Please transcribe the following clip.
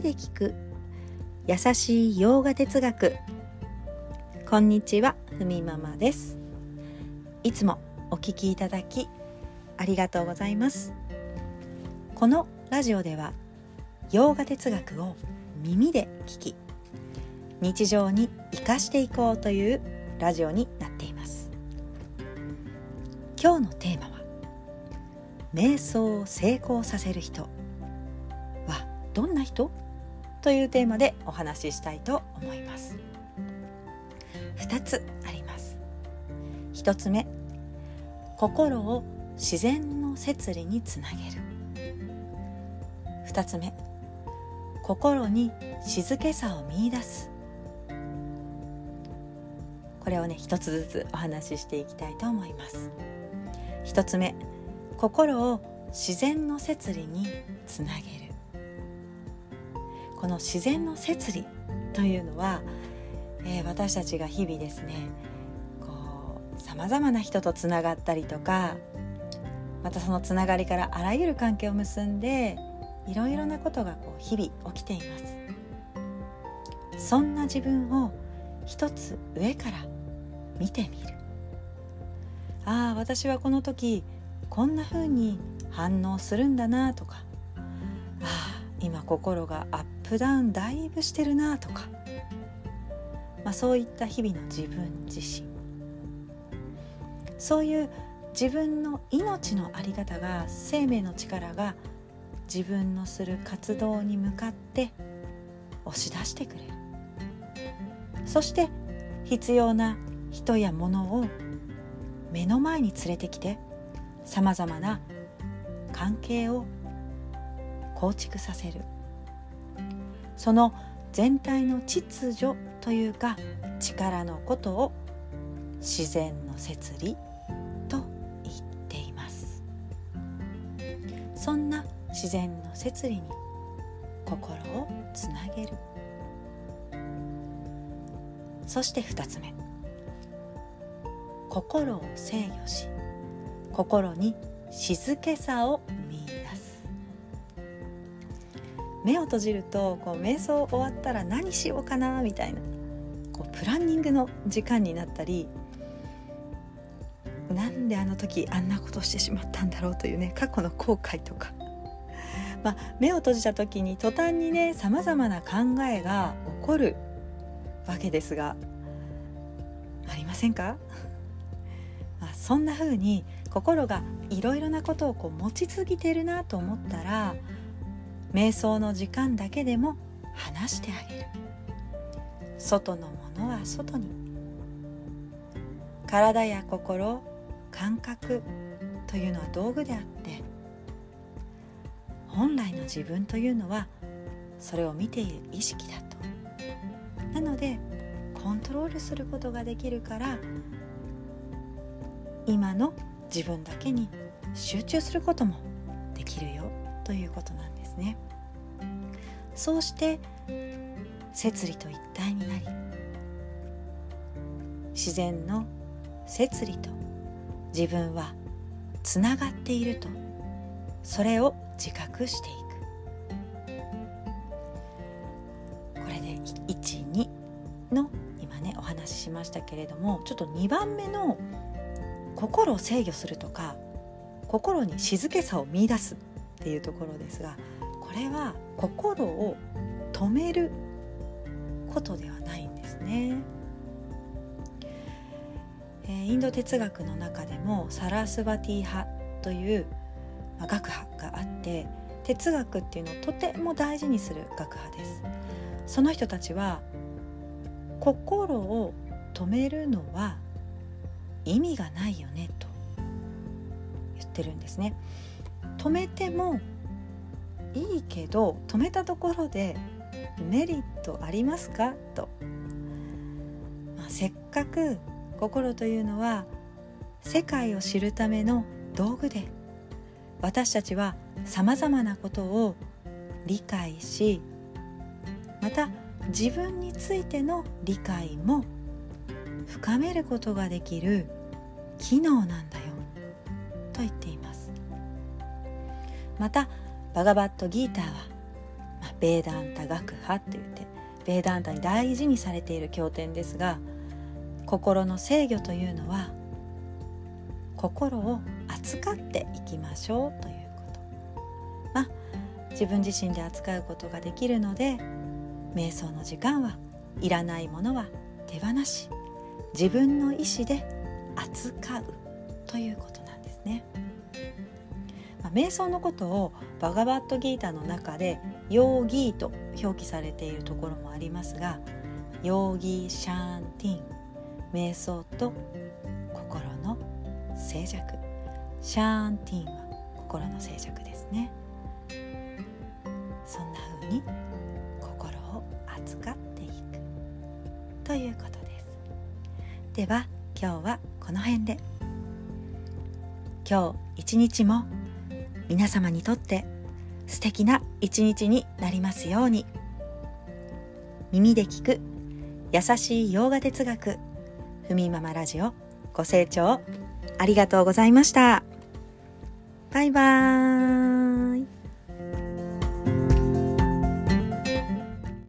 で聞く優しい洋画哲学。こんにちは、ふみママです。いつもお聞きいただきありがとうございます。このラジオでは洋画哲学を耳で聞き、日常に生かしていこうというラジオになっています。今日のテーマは、瞑想を成功させる人はどんな人？というテーマでお話ししたいと思います。2つあります。1つ目、心を自然の摂理につなげる。2つ目、心に静けさを見出す。これをね、一つずつお話ししていきたいと思います。1つ目、心を自然の摂理につなげる。この自然の摂理というのは、私たちが日々ですね、さまざまな人とつながったりとか、またそのつながりからあらゆる関係を結んで、いろいろなことが日々起きています。そんな自分を一つ上から見てみる。私はこの時こんな風に反応するんだなとか、今心がアップダウンだいぶしてるなとか、そういった日々の自分自身、そういう自分の命のあり方が、生命の力が自分のする活動に向かって押し出してくれる。そして必要な人や物を目の前に連れてきて、さまざまな関係を構築させる。その全体の秩序というか力のことを自然の摂理と言っています。そんな自然の摂理に心をつなげる。そして2つ目、心を制御し、心に静けさを見出す。目を閉じると瞑想終わったら何しようかなみたいなプランニングの時間になったり、なんであの時あんなことしてしまったんだろうというね、過去の後悔とか、目を閉じた時に途端にね、さまざまな考えが起こるわけですが、ありませんか？そんな風に心がいろいろなことを持ちすぎてるなと思ったら、瞑想の時間だけでも離してあげる。外のものは外に。体や心、感覚というのは道具であって、本来の自分というのはそれを見ている意識だと。なのでコントロールすることができるから、今の自分だけに集中することもできるよということなんですね。そうして摂理と一体になり、自然の摂理と自分はつながっていると、それを自覚していく。これで1、2の今ねお話ししましたけれども、ちょっと2番目の心を制御するとか、心に静けさを見出すっていうところですが、これは心を止めることではないんですね。インド哲学の中でもサラスバティ派という学派があって、哲学っていうのをとても大事にする学派です。その人たちは、心を止めるのは意味がないよねと言ってるんですね。止めてもいいけど、止めたところでメリットありますかと。せっかく心というのは世界を知るための道具で、私たちはさまざまなことを理解し、また自分についての理解も深めることができる機能なんだよと言っています。またバガバットギーターは、 ベーダンタ学派といって、ベーダンタに大事にされている経典ですが、心の制御というのは心を扱っていきましょうということ。自分自身で扱うことができるので、瞑想の時間はいらないものは手放し、自分の意思で扱うということなんですね。瞑想のことをバガバットギータの中でヨーギーと表記されているところもありますが、ヨーギーシャンティン、瞑想と心の静寂、シャンティンは心の静寂ですね。そんな風に心を扱っていくということです。では今日はこの辺で。今日一日も皆様にとって素敵な一日になりますように。耳で聞く優しいヨーガ哲学、ふみママラジオ、ご清聴ありがとうございました。バイバーイ。